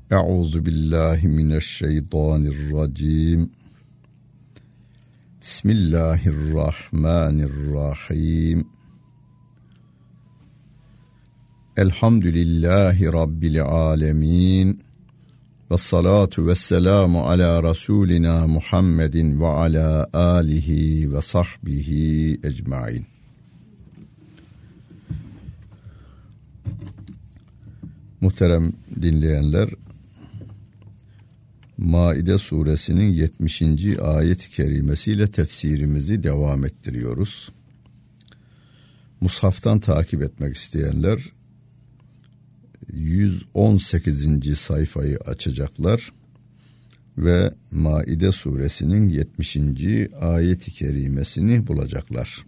Euzu billahi mineşşeytanirracim. Bismillahirrahmanirrahim. Elhamdülillahi Rabbil alemin. Vessalatu vesselamu ala Resulina Muhammedin ve ala alihi ve sahbihi ecmain. Muhterem dinleyenler, Maide suresinin 70. ayet-i kerimesiyle tefsirimizi devam ettiriyoruz. Mushaftan takip etmek isteyenler 118. sayfayı açacaklar ve Maide suresinin 70. ayet-i kerimesini bulacaklar.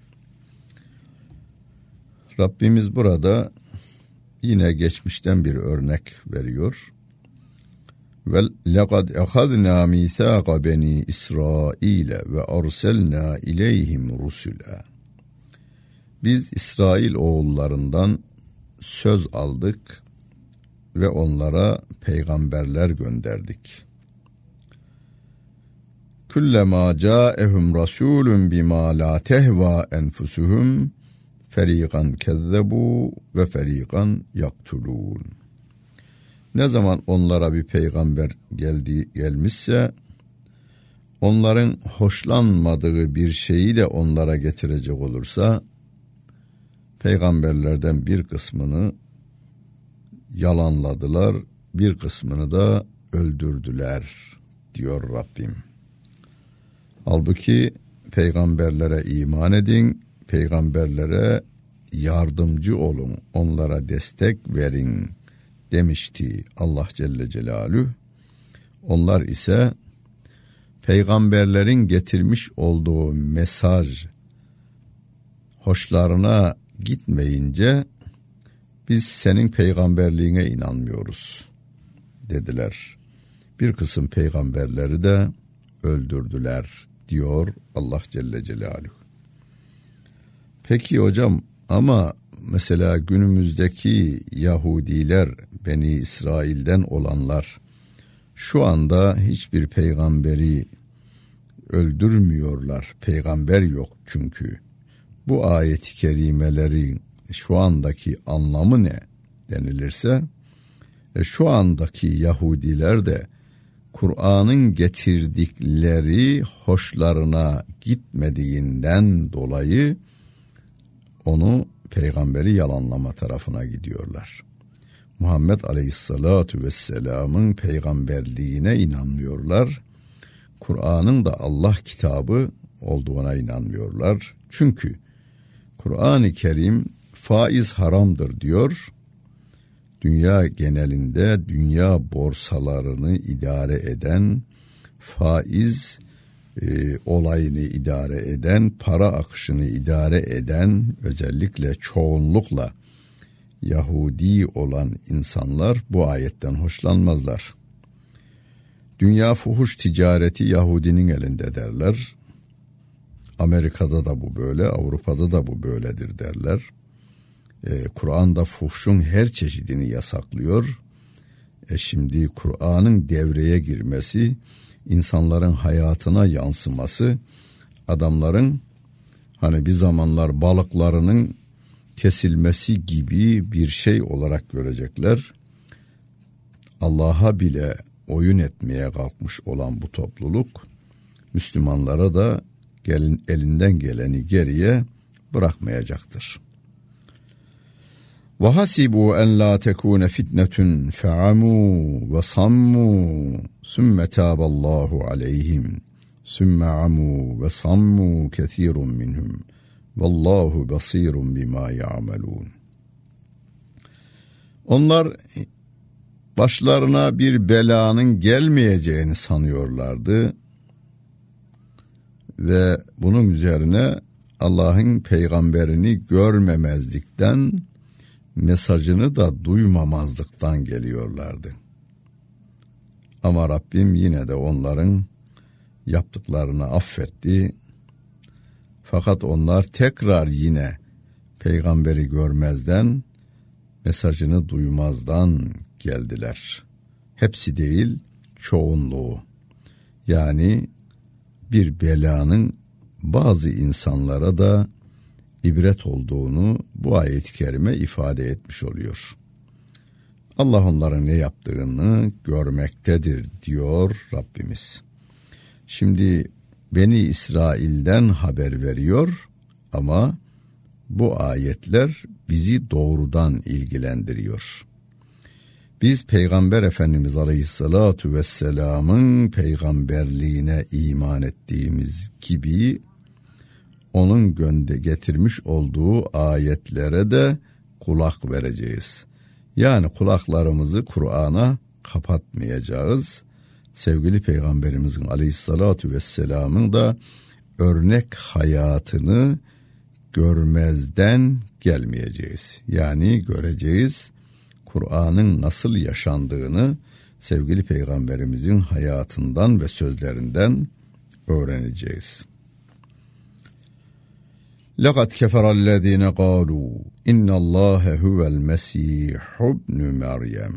Rabbimiz burada yine geçmişten bir örnek veriyor. Ve laqad ahadna mithaqa bani İsrail ve arsalna ileyhim rusula. Biz İsrail oğullarından söz aldık ve onlara peygamberler gönderdik. Kullama ca'ehum rasulun bima la tehva enfusuhum feriqan kezzebu ve feriqan yaktulun. Ne zaman onlara bir peygamber gelmişse, onların hoşlanmadığı bir şeyi de onlara getirecek olursa, peygamberlerden bir kısmını yalanladılar, bir kısmını da öldürdüler diyor Rabbim. Halbuki peygamberlere iman edin, peygamberlere yardımcı olun, onlara destek verin demişti Allah Celle Celaluhu. Onlar ise peygamberlerin getirmiş olduğu mesaj hoşlarına gitmeyince biz senin peygamberliğine inanmıyoruz dediler. Bir kısım peygamberleri de öldürdüler diyor Allah Celle Celaluhu. Peki hocam, ama mesela günümüzdeki Yahudiler, Beni İsrail'den olanlar şu anda hiçbir peygamberi öldürmüyorlar. Peygamber yok çünkü. Bu ayet-i kerimelerin şu andaki anlamı ne denilirse, şu andaki Yahudiler de Kur'an'ın getirdikleri hoşlarına gitmediğinden dolayı onu, peygamberi yalanlama tarafına gidiyorlar. Muhammed Aleyhisselatu Vesselam'ın peygamberliğine inanmıyorlar. Kur'an'ın da Allah kitabı olduğuna inanmıyorlar. Çünkü Kur'an-ı Kerim faiz haramdır diyor. Dünya genelinde dünya borsalarını idare eden, faiz olayını idare eden, para akışını idare eden, özellikle çoğunlukla Yahudi olan insanlar bu ayetten hoşlanmazlar. Dünya fuhuş ticareti Yahudinin elinde derler. Amerika'da da bu böyle, Avrupa'da da bu böyledir derler. Kur'an'da fuhşun her çeşidini yasaklıyor. Şimdi Kur'an'ın devreye girmesi, insanların hayatına yansıması, adamların hani bir zamanlar balıklarının kesilmesi gibi bir şey olarak görecekler. Allah'a bile oyun etmeye kalkmış olan bu topluluk, Müslümanlara da elinden geleni geriye bırakmayacaktır. وَحَسِبُوا أَنْ لَا تَكُونَ فِتْنَةٌ فَعَمُوا وَصَمُّوا ثُمَّ تَابَ اللّٰهُ عَلَيْهِمْ ثُمَّ عَمُوا وَصَمُّوا كَثِيرٌ مِّنْهُمْ وَاللّٰهُ بَصِيرٌ بِمَا يَعْمَلُونَ. Onlar başlarına bir belanın gelmeyeceğini sanıyorlardı ve bunun üzerine Allah'ın peygamberini görmemezlikten, mesajını da duymamazlıktan geliyorlardı. Ama Rabbim yine de onların yaptıklarını affetti. Fakat onlar tekrar yine peygamberi görmezden, mesajını duymazdan geldiler. hepsi değil, çoğunluğu. Yani bir belanın bazı insanlara da ibret olduğunu bu ayet-i kerime ifade etmiş oluyor. Allah onların ne yaptığını görmektedir diyor Rabbimiz. Şimdi Beni İsrail'den haber veriyor ama bu ayetler bizi doğrudan ilgilendiriyor. Biz Peygamber Efendimiz Aleyhissalatu Vesselam'ın peygamberliğine iman ettiğimiz gibi onun getirmiş olduğu ayetlere de kulak vereceğiz. Yani kulaklarımızı Kur'an'a kapatmayacağız. Sevgili Peygamberimizin Aleyhissalatu Vesselam'ın da örnek hayatını görmezden gelmeyeceğiz. Yani göreceğiz, Kur'an'ın nasıl yaşandığını sevgili Peygamberimizin hayatından ve sözlerinden öğreneceğiz. لَقَدْ كَفَرَ الَّذ۪ينَ قَالُوا اِنَّ اللّٰهَ هُوَ الْمَس۪يحُ ابْنُ مَرْيَمْ.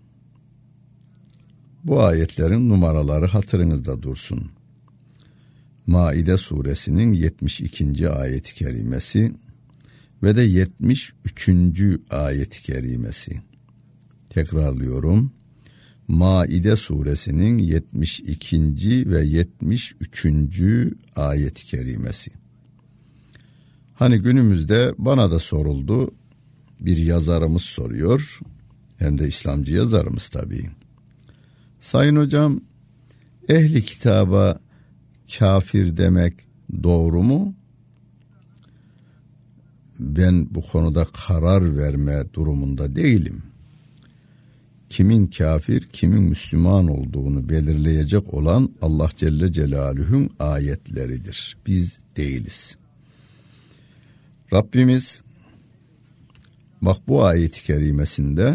Bu ayetlerin numaraları hatırınızda dursun. Maide suresinin 72. ayet-i kerimesi ve de 73. ayet-i kerimesi. Tekrarlıyorum. Maide suresinin 72. ve 73. ayet-i kerimesi. Hani günümüzde bana da soruldu, bir yazarımız soruyor, hem de İslamcı yazarımız tabii. Sayın hocam, ehli kitaba kafir demek doğru mu? Ben bu konuda karar verme durumunda değilim. Kimin kafir, kimin Müslüman olduğunu belirleyecek olan Allah Celle Celaluhu'nun ayetleridir. Biz değiliz. Rabbimiz bak bu ayet-i kerimesinde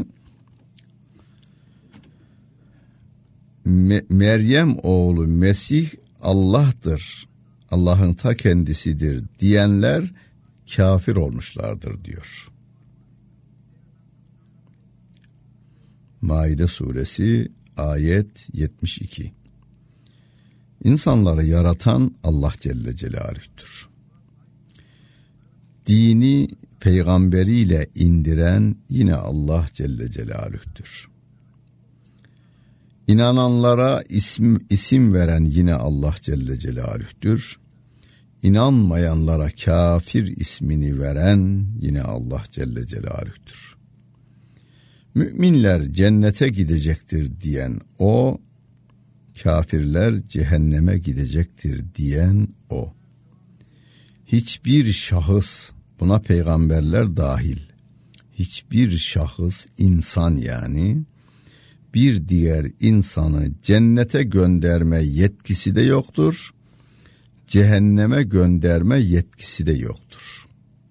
Meryem oğlu Mesih Allah'tır, Allah'ın ta kendisidir diyenler kafir olmuşlardır diyor. Maide suresi ayet 72. İnsanları yaratan Allah Celle Celaluhu'dur. Dini peygamberiyle indiren yine Allah Celle Celaluhu'dur. İnananlara isim veren yine Allah Celle Celaluhu'dur. İnanmayanlara kafir ismini veren yine Allah Celle Celaluhu'dur. Müminler cennete gidecektir diyen o, kafirler cehenneme gidecektir diyen o. Hiçbir şahıs, buna peygamberler dahil, hiçbir şahıs, insan yani, bir diğer insanı cennete gönderme yetkisi de yoktur, cehenneme gönderme yetkisi de yoktur.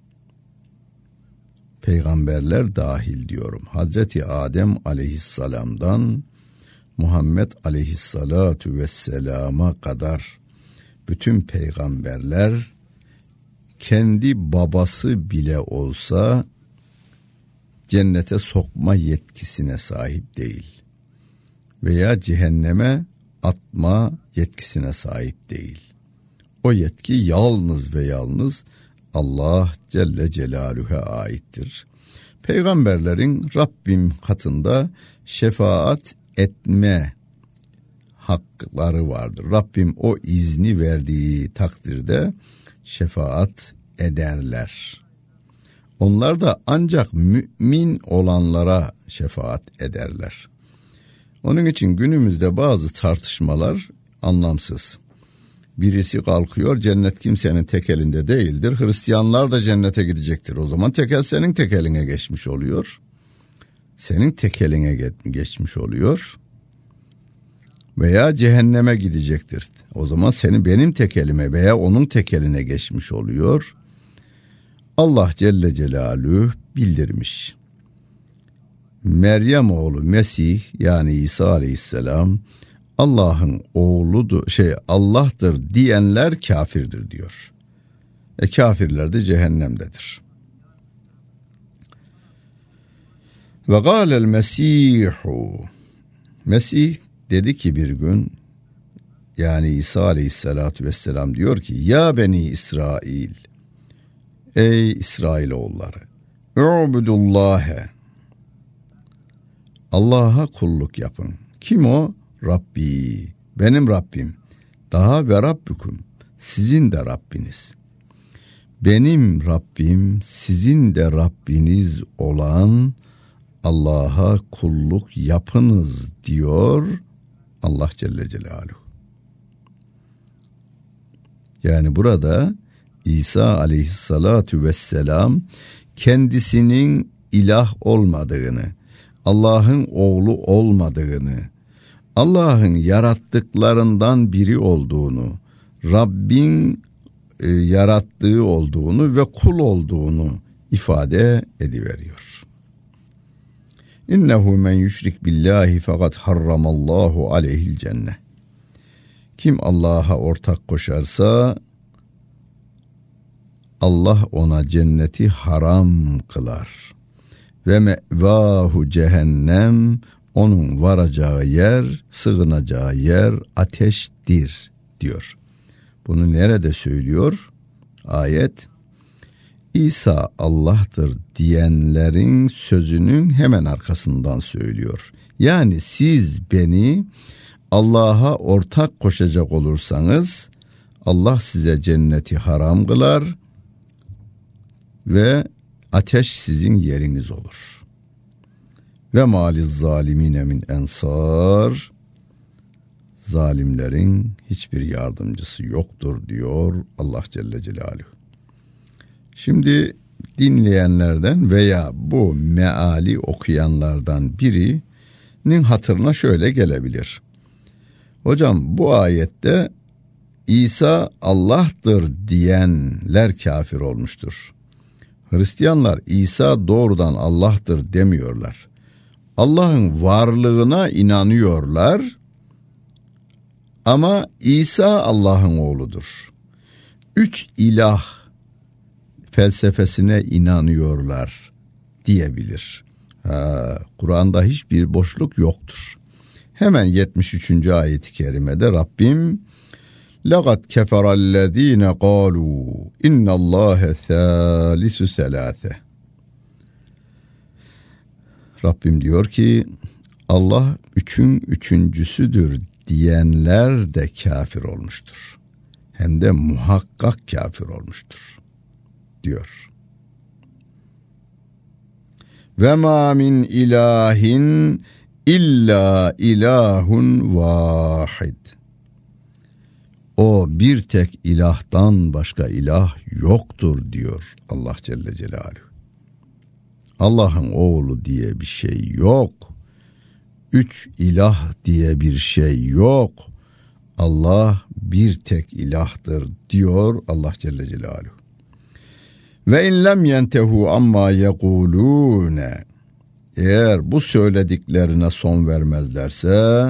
Peygamberler dahil diyorum. Hazreti Adem aleyhisselamdan Muhammed aleyhissalatu vesselama kadar bütün peygamberler kendi babası bile olsa cennete sokma yetkisine sahip değil veya cehenneme atma yetkisine sahip değil. O yetki yalnız ve yalnız Allah Celle Celaluhu'ya aittir. Peygamberlerin Rabbim katında şefaat etme hakları vardır. Rabbim o izni verdiği takdirde şefaat ederler. Onlar da ancak mümin olanlara şefaat ederler. Onun için günümüzde bazı tartışmalar anlamsız. Birisi kalkıyor, cennet kimsenin tek elinde değildir, Hristiyanlar da cennete gidecektir. O zaman tekel senin tek eline geçmiş oluyor. Senin tek eline geçmiş oluyor. Veya cehenneme gidecektir. O zaman benim tek elime veya onun tek eline geçmiş oluyor. Allah Celle Celaluhu bildirmiş. Meryem oğlu Mesih yani İsa Aleyhisselam Allah'ın oğludur, Allah'tır diyenler kafirdir diyor. Kafirler de cehennemdedir. Ve gâlel mesîhu Mesih dedi ki bir gün, yani İsa aleyhissalatu vesselam diyor ki, ya beni İsrail, ey İsrailoğulları, u'budullâhe, Allah'a kulluk yapın. Kim o? Rabbi, benim Rabbim. Daha ve Rabbüküm, sizin de Rabbiniz. Benim Rabbim, sizin de Rabbiniz olan Allah'a kulluk yapınız diyor Allah Celle Celaluhu. Yani burada İsa aleyhissalatu vesselam kendisinin ilah olmadığını, Allah'ın oğlu olmadığını, Allah'ın yarattıklarından biri olduğunu, Rabbin yarattığı olduğunu ve kul olduğunu ifade ediveriyor. İnnehu men yüşrik billahi fakat harramallahu aleyhil cennet. Kim Allah'a ortak koşarsa Allah ona cenneti haram kılar. Ve mevahu cehennem, onun varacağı yer, sığınacağı yer ateştir diyor. Bunu nerede söylüyor? Ayet, İsa Allah'tır diyenlerin sözünün hemen arkasından söylüyor. Yani siz beni Allah'a ortak koşacak olursanız Allah size cenneti haram kılar ve ateş sizin yeriniz olur. Ve maliz zalimine min ensar, zalimlerin hiçbir yardımcısı yoktur diyor Allah Celle Celaluhu. Şimdi dinleyenlerden veya bu meali okuyanlardan birinin hatırına şöyle gelebilir. Hocam bu ayette İsa Allah'tır diyenler kafir olmuştur. Hristiyanlar İsa doğrudan Allah'tır demiyorlar. Allah'ın varlığına inanıyorlar ama İsa Allah'ın oğludur. 3 ilah felsefesine inanıyorlar diyebilir. Kur'an'da hiçbir boşluk yoktur. Hemen 73. ayet-i kerimede Rabbim لَقَدْ كَفَرَ الَّذ۪ينَ قَالُوا اِنَّ اللّٰهَ ثَالِثُ سَلَاثَ. Rabbim diyor ki Allah üçün üçüncüsüdür diyenler de kafir olmuştur. Hem de muhakkak kafir olmuştur diyor. Ve ma min ilahin illa ilahun vahid. O bir tek ilahtan başka ilah yoktur diyor Allah Celle Celaluhu. Allah'ın oğlu diye bir şey yok. 3 ilah diye bir şey yok. Allah bir tek ilahtır diyor Allah Celle Celaluhu. Ve in lem yentehu amma yekulune. Eğer bu söylediklerine son vermezlerse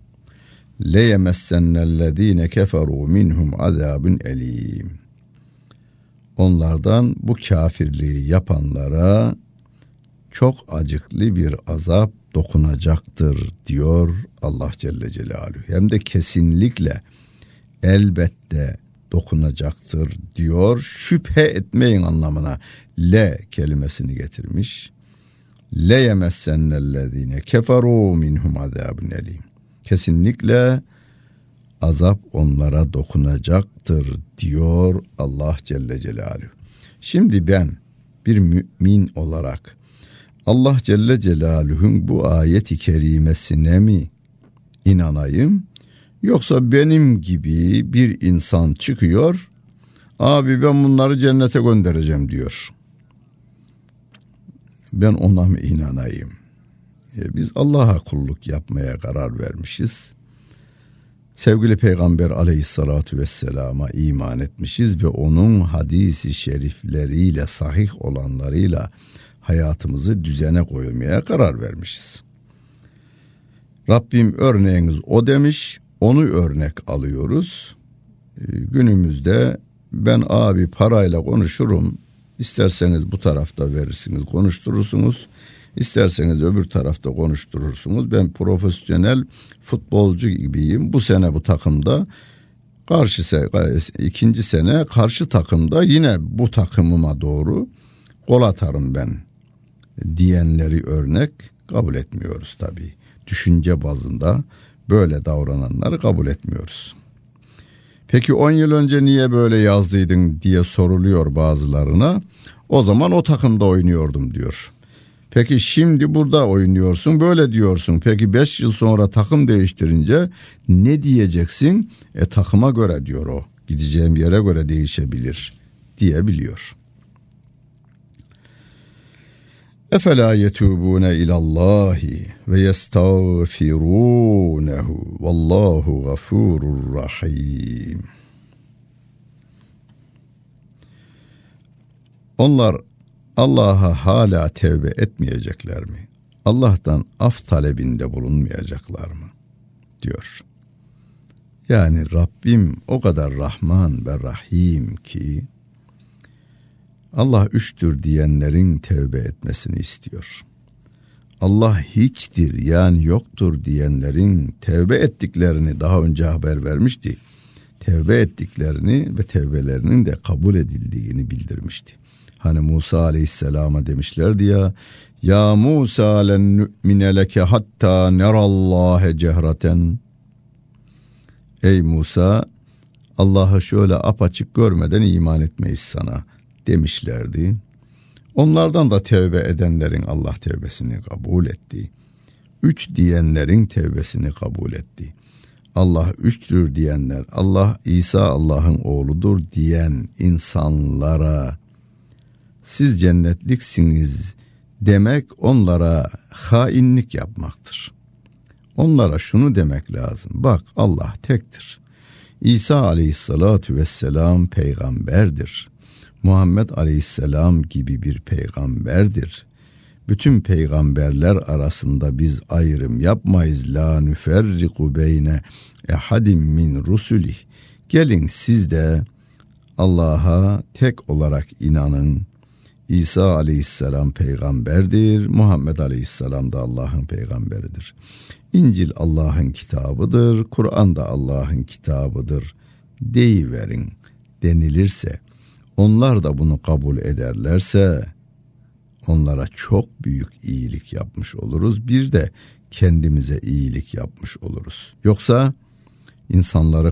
leyemessennellezine keferu minhum azabun elim. Onlardan bu kafirliği yapanlara çok acıklı bir azap dokunacaktır diyor Allah Celle Celaluhu. Hem de kesinlikle elbette dokunacaktır diyor. Şüphe etmeyin anlamına le kelimesini getirmiş. Leyemessennellezine keferu minhum azabun elim. Kesinlikle azap onlara dokunacaktır diyor Allah Celle Celaluhu. Şimdi ben bir mümin olarak Allah Celle Celaluhu'nun bu ayet-i kerimesine mi inanayım? Yoksa benim gibi bir insan çıkıyor, abi ben bunları cennete göndereceğim diyor. Ben ona mı inanayım? Biz Allah'a kulluk yapmaya karar vermişiz. Sevgili Peygamber aleyhissalatu vesselama iman etmişiz ve onun hadisi şerifleriyle, sahih olanlarıyla hayatımızı düzene koymaya karar vermişiz. Rabbim örneğiniz o demiş, onu örnek alıyoruz. Günümüzde ben abi parayla konuşurum, isterseniz bu tarafta verirsiniz, konuşturursunuz. İsterseniz öbür tarafta konuşturursunuz. Ben profesyonel futbolcu gibiyim. Bu sene bu takımda, ikinci sene karşı takımda yine bu takımıma doğru gol atarım ben diyenleri örnek kabul etmiyoruz tabii. Düşünce bazında böyle davrananları kabul etmiyoruz. Peki 10 yıl önce niye böyle yazdıydın diye soruluyor bazılarına. O zaman o takımda oynuyordum diyor. Peki şimdi burada oynuyorsun, böyle diyorsun. Peki 5 yıl sonra takım değiştirince ne diyeceksin? Takıma göre diyor o. Gideceğim yere göre değişebilir diyebiliyor. Efela yetubune ilallahi ve yestağfirunehu vallahu gafurur rahim. Onlar Allah'a hala tevbe etmeyecekler mi? Allah'tan af talebinde bulunmayacaklar mı? Diyor. Yani Rabbim o kadar Rahman ve Rahim ki Allah üçtür diyenlerin tevbe etmesini istiyor. Allah hiçtir yani yoktur diyenlerin tevbe ettiklerini daha önce haber vermişti. Tevbe ettiklerini ve tevbelerinin de kabul edildiğini bildirmişti. Hani Musa aleyhisselama demişlerdi ya Musa len nu'mine leke hatta nerallâhe cehreten. Ey Musa, Allah'ı şöyle apaçık görmeden iman etmeyiz sana demişlerdi. Onlardan da tevbe edenlerin Allah tevbesini kabul etti. 3 diyenlerin tevbesini kabul etti. Allah üçtür diyenler, Allah İsa Allah'ın oğludur diyen insanlara siz cennetliksiniz demek onlara hainlik yapmaktır. Onlara şunu demek lazım. Bak Allah tektir. İsa aleyhissalatu vesselam peygamberdir. Muhammed aleyhisselam gibi bir peygamberdir. Bütün peygamberler arasında biz ayrım yapmayız. La nüferriku beyne ehadim min rusulih. Gelin siz de Allah'a tek olarak inanın. İsa aleyhisselam peygamberdir. Muhammed aleyhisselam da Allah'ın peygamberidir. İncil Allah'ın kitabıdır. Kur'an da Allah'ın kitabıdır deyiverin denilirse, onlar da bunu kabul ederlerse onlara çok büyük iyilik yapmış oluruz. Bir de kendimize iyilik yapmış oluruz. Yoksa insanları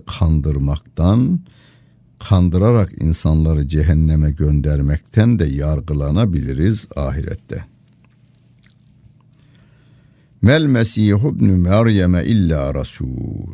kandırarak insanları cehenneme göndermekten de yargılanabiliriz ahirette. Mel Mesihu ibn Meryem illa Rasul.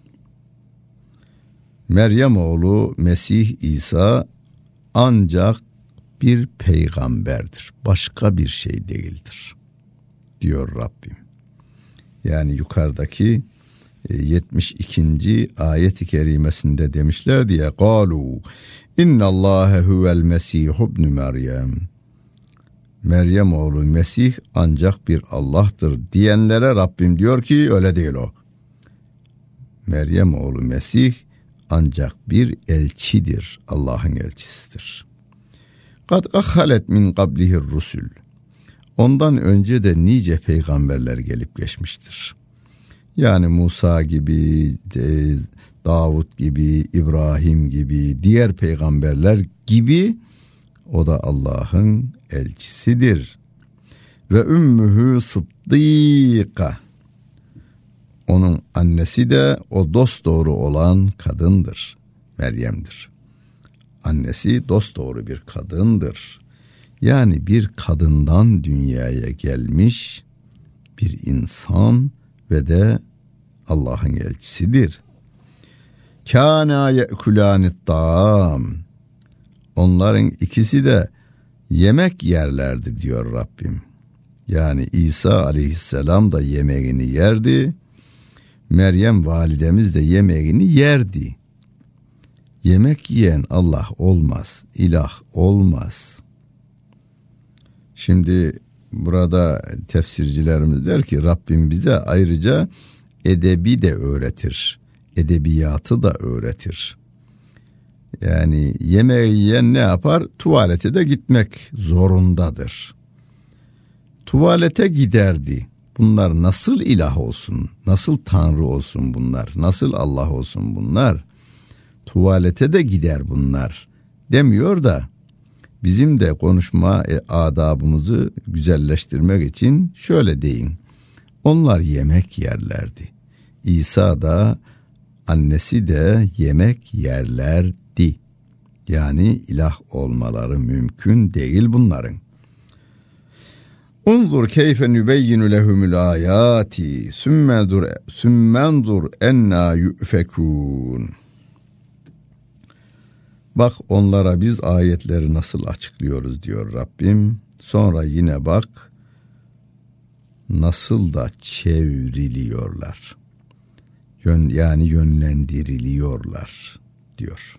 Meryem oğlu Mesih İsa ancak bir peygamberdir. Başka bir şey değildir diyor Rabbim. Yani yukarıdaki 72. ayet-i kerimesinde demişler diye قَالُوا اِنَّ اللّٰهَ هُوَ الْمَسِيحُ ibn Meryem. Meryem oğlu Mesih ancak bir Allah'tır diyenlere Rabbim diyor ki öyle değil o. Meryem oğlu Mesih ancak bir elçidir, Allah'ın elçisidir. قَدْ اَخَّلَتْ مِنْ قَبْلِهِ الرُّسُلُ. Ondan önce de nice peygamberler gelip geçmiştir. Yani Musa gibi, Davud gibi, İbrahim gibi, diğer peygamberler gibi o da Allah'ın elçisidir. Ve ümmühü sıddîka. Onun annesi de o dosdoğru olan kadındır. Meryem'dir. Annesi dosdoğru bir kadındır. Yani bir kadından dünyaya gelmiş bir insan ve de Allah'ın elçisidir. Kâna ye'kulânit ta'am. Onların ikisi de yemek yerlerdi diyor Rabbim. Yani İsa aleyhisselam da yemeğini yerdi. Meryem validemiz de yemeğini yerdi. Yemek yiyen Allah olmaz, ilah olmaz. Şimdi burada tefsircilerimiz der ki Rabbim bize ayrıca edebi de öğretir. Edebiyatı da öğretir. Yani yemeği yiyen ne yapar? Tuvalete de gitmek zorundadır. tuvalete giderdi. Bunlar nasıl ilah olsun, nasıl tanrı olsun bunlar, nasıl Allah olsun bunlar? Tuvalete de gider bunlar demiyor da bizim de konuşma adabımızı güzelleştirmek için şöyle deyin. Onlar yemek yerlerdi. İsa da annesi de yemek yerlerdi. Yani ilah olmaları mümkün değil bunların. Unzur keyfe nübeyyinu lehumul ayati sümmendur enna yu'fekun. Bak onlara biz ayetleri nasıl açıklıyoruz diyor Rabbim. Sonra yine bak nasıl da çevriliyorlar. Yani yönlendiriliyorlar diyor.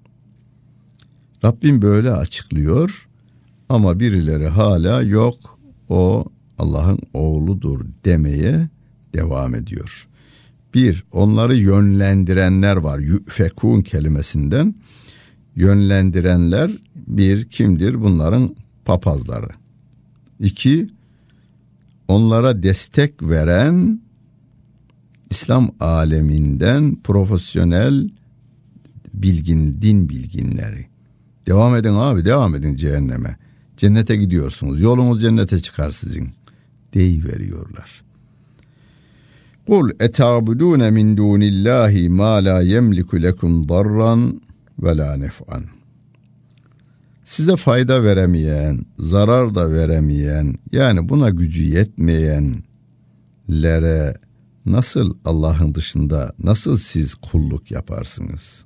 Rabbim böyle açıklıyor ama birileri hala yok o Allah'ın oğludur demeye devam ediyor. Bir, onları yönlendirenler var. Yüfekun kelimesinden yönlendirenler bir kimdir? Bunların papazları. İki, onlara destek veren İslam aleminden profesyonel din bilginleri. Devam edin abi, devam edin cehenneme. Cennete gidiyorsunuz. Yolunuz cennete çıkar sizin. Deyiveriyorlar. Kul eta'budun min dunillahi ma la yemliku lekum darran ve la nef'an. Size fayda veremeyen, zarar da veremeyen, yani buna gücü yetmeyenlere nasıl Allah'ın dışında nasıl siz kulluk yaparsınız?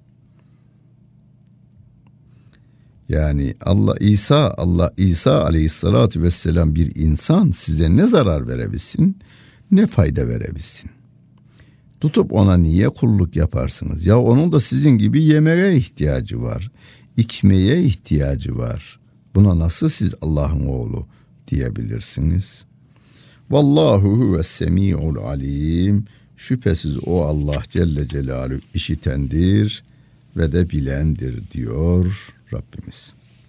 Yani İsa aleyhissalatü vesselam bir insan, size ne zarar verebilsin, ne fayda verebilsin? Tutup ona niye kulluk yaparsınız? Ya onun da sizin gibi yemeğe ihtiyacı var, içmeye ihtiyacı var. Buna nasıl siz Allah'ın oğlu diyebilirsiniz? Vallahu huves-semi'ul alim. Şüphesiz o Allah Celle Celaluhu işitendir ve de bilendir diyor Rabbimiz.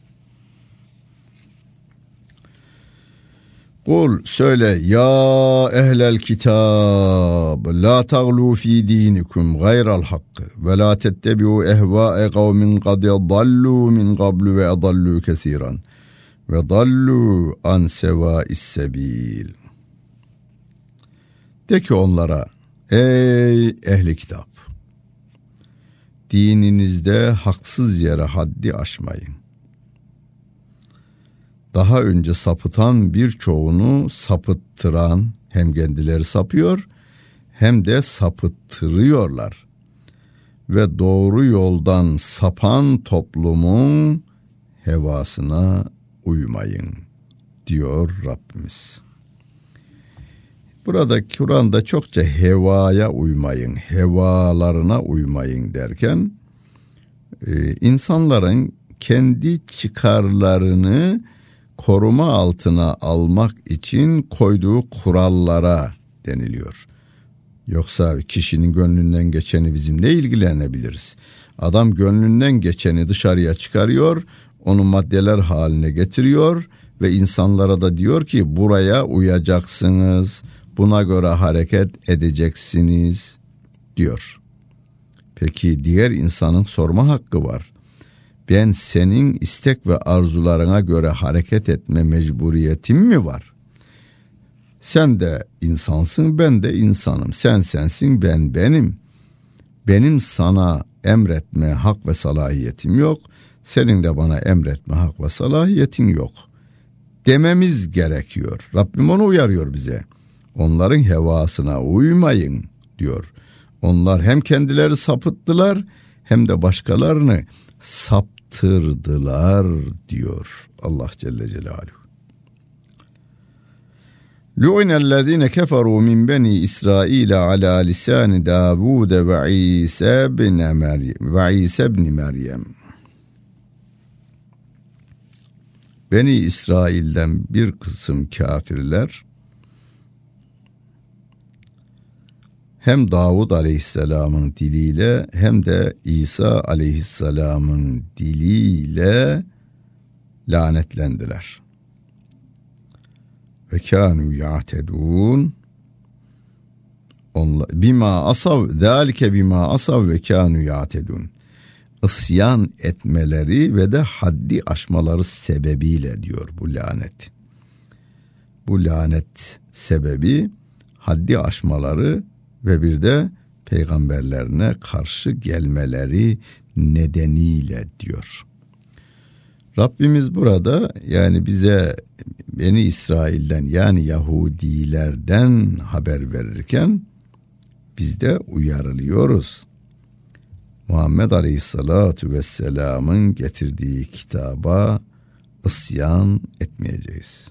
Kul söyle ya ehlel kitab la taglu fi dinikum gayral hakkı ve la tettebi'u ehva'e kavmin kad dallu min qablu ve adallu kesiran ve dallu an seva'is sebil. De ki onlara ey ehli kitap, dininizde haksız yere haddi aşmayın. Daha önce sapıtan birçoğunu sapıttıran hem kendileri sapıyor hem de sapıttırıyorlar. Ve doğru yoldan sapan toplumun hevasına uymayın diyor Rabbimiz. Burada Kur'an'da çokça hevaya uymayın, hevalarına uymayın derken insanların kendi çıkarlarını koruma altına almak için koyduğu kurallara deniliyor. Yoksa kişinin gönlünden geçeni bizim ne ilgilenebiliriz? Adam gönlünden geçeni dışarıya çıkarıyor, onu maddeler haline getiriyor ve insanlara da diyor ki buraya uyacaksınız, buna göre hareket edeceksiniz diyor. Peki diğer insanın sorma hakkı var. Ben senin istek ve arzularına göre hareket etme mecburiyetim mi var? Sen de insansın, ben de insanım. Sen sensin, ben benim. Benim sana emretme hak ve salahiyetim yok. Senin de bana emretme hak ve salahiyetin yok. Dememiz gerekiyor. Rabbim onu uyarıyor bize. Onların hevasına uymayın diyor. Onlar hem kendileri sapıttılar hem de başkalarını saptırdılar diyor Allah Celle Celaluhu. Lu'inellezine keferu min beni İsrail ala lisan Davud ve İsa ibn Meryem. Beni İsrail'den bir kısım kafirler hem Davud aleyhisselamın diliyle hem de İsa aleyhisselamın diliyle lanetlendiler. ve kânû ya'tedûn. Bima asav zâlike bima asav ve kânû ya'tedûn. İsyan etmeleri ve de haddi aşmaları sebebiyle diyor bu lanet. Bu lanet sebebi haddi aşmaları ve bir de peygamberlerine karşı gelmeleri nedeniyle diyor. Rabbimiz burada yani bize Beni İsrail'den yani Yahudilerden haber verirken biz de uyarılıyoruz. Muhammed Aleyhisselatu Vesselam'ın getirdiği kitaba isyan etmeyeceğiz.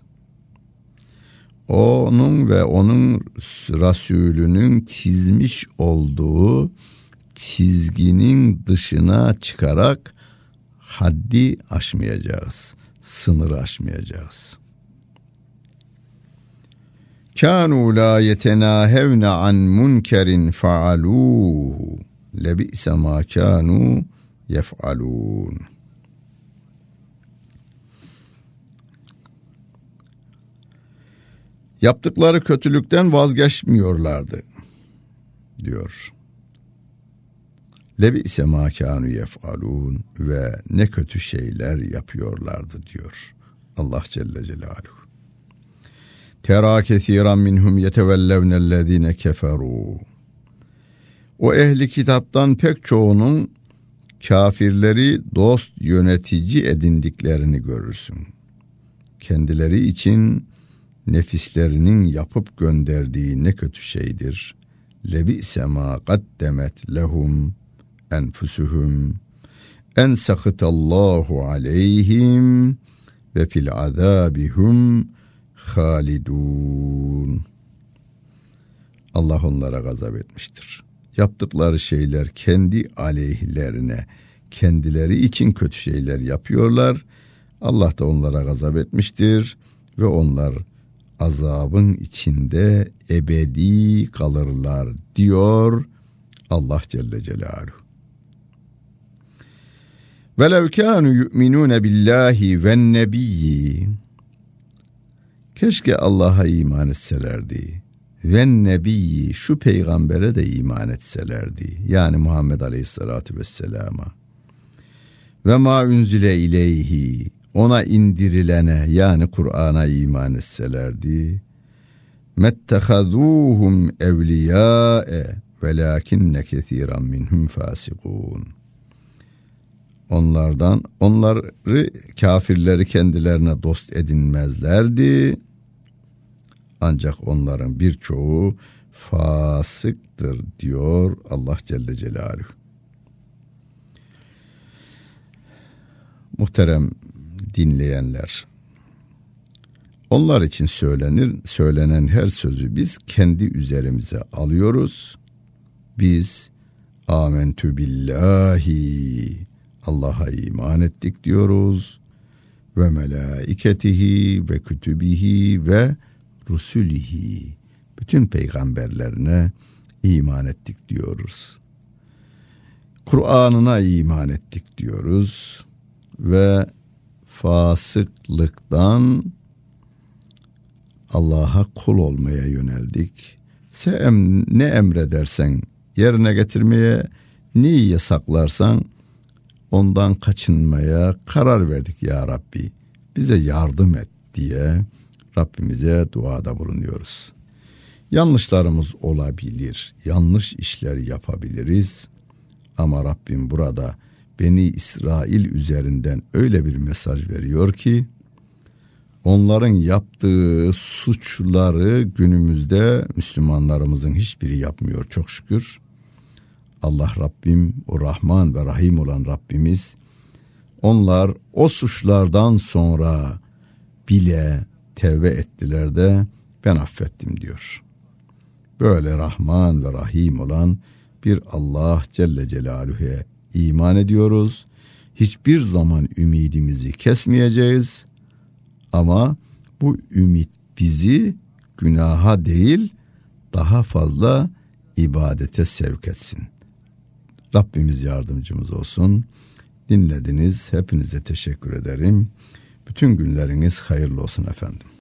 Onun ve onun Resulünün çizmiş olduğu çizginin dışına çıkarak haddi aşmayacağız, sınırı aşmayacağız. Kânû lâ yetenâhevne an munkerin fa'alûhu lebi'se mâ kânû yef'alûn. Yaptıkları kötülükten vazgeçmiyorlardı diyor. Lebi'se mâ kânû yef'alûn ve ne kötü şeyler yapıyorlardı diyor Allah Celle Celaluhu. Terâ kethîran minhum yetevellevnellezîne keferû. O ehli kitaptan pek çoğunun kafirleri dost yönetici edindiklerini görürsün. Kendileri için nefislerinin yapıp gönderdiği ne kötü şeydir. Lebi'se mâ kaddemet lehum enfusuhum en sakıtallahu aleyhim ve fil azabihum halidun. Allah onlara gazap etmiştir. Yaptıkları şeyler kendi aleyhlerine, kendileri için kötü şeyler yapıyorlar. Allah da onlara gazap etmiştir ve onlar azabın içinde ebedi kalırlar diyor Allah Celle Celaluhu. وَلَوْ كَانُوا يُؤْمِنُونَ بِاللّٰهِ وَالنَّبِيِّ. Keşke Allah'a iman etselerdi. Ve nebiyyi, şu peygambere de iman etselerdi. Yani Muhammed Aleyhisselatü Vesselam'a. Ve ma unzile ileyhi, ona indirilene yani Kur'an'a iman etselerdi. Mettehazuhum evliyâe velâkinne kethiran minhum fâsikûn. Onları kafirleri kendilerine dost edinmezlerdi. Ancak onların birçoğu fasıktır diyor Allah Celle Celaluhu. Muhterem dinleyenler, onlar için söylenen her sözü biz kendi üzerimize alıyoruz. Biz âmentü billahi, Allah'a iman ettik diyoruz. Ve melaiketihi ve kütübihi ve rusulihi, bütün peygamberlerine iman ettik diyoruz. Kur'an'ına iman ettik diyoruz ve fasıklıktan Allah'a kul olmaya yöneldik. Sen ne emredersen yerine getirmeye, neyi yasaklarsan ondan kaçınmaya karar verdik ya Rabbi. Bize yardım et diye Rabbimize duada bulunuyoruz. Yanlışlarımız olabilir, yanlış işler yapabiliriz. Ama Rabbim burada Beni İsrail üzerinden öyle bir mesaj veriyor ki, onların yaptığı suçları günümüzde Müslümanlarımızın hiçbiri yapmıyor çok şükür. Allah Rabbim, o Rahman ve Rahim olan Rabbimiz, onlar o suçlardan sonra bile tevbe ettiler de ben affettim diyor. Böyle Rahman ve Rahim olan bir Allah Celle Celaluhu'ya iman ediyoruz. Hiçbir zaman ümidimizi kesmeyeceğiz. Ama bu ümit bizi günaha değil, daha fazla ibadete sevk etsin. Rabbimiz yardımcımız olsun. Dinlediniz. Hepinize teşekkür ederim. Bütün günleriniz hayırlı olsun efendim.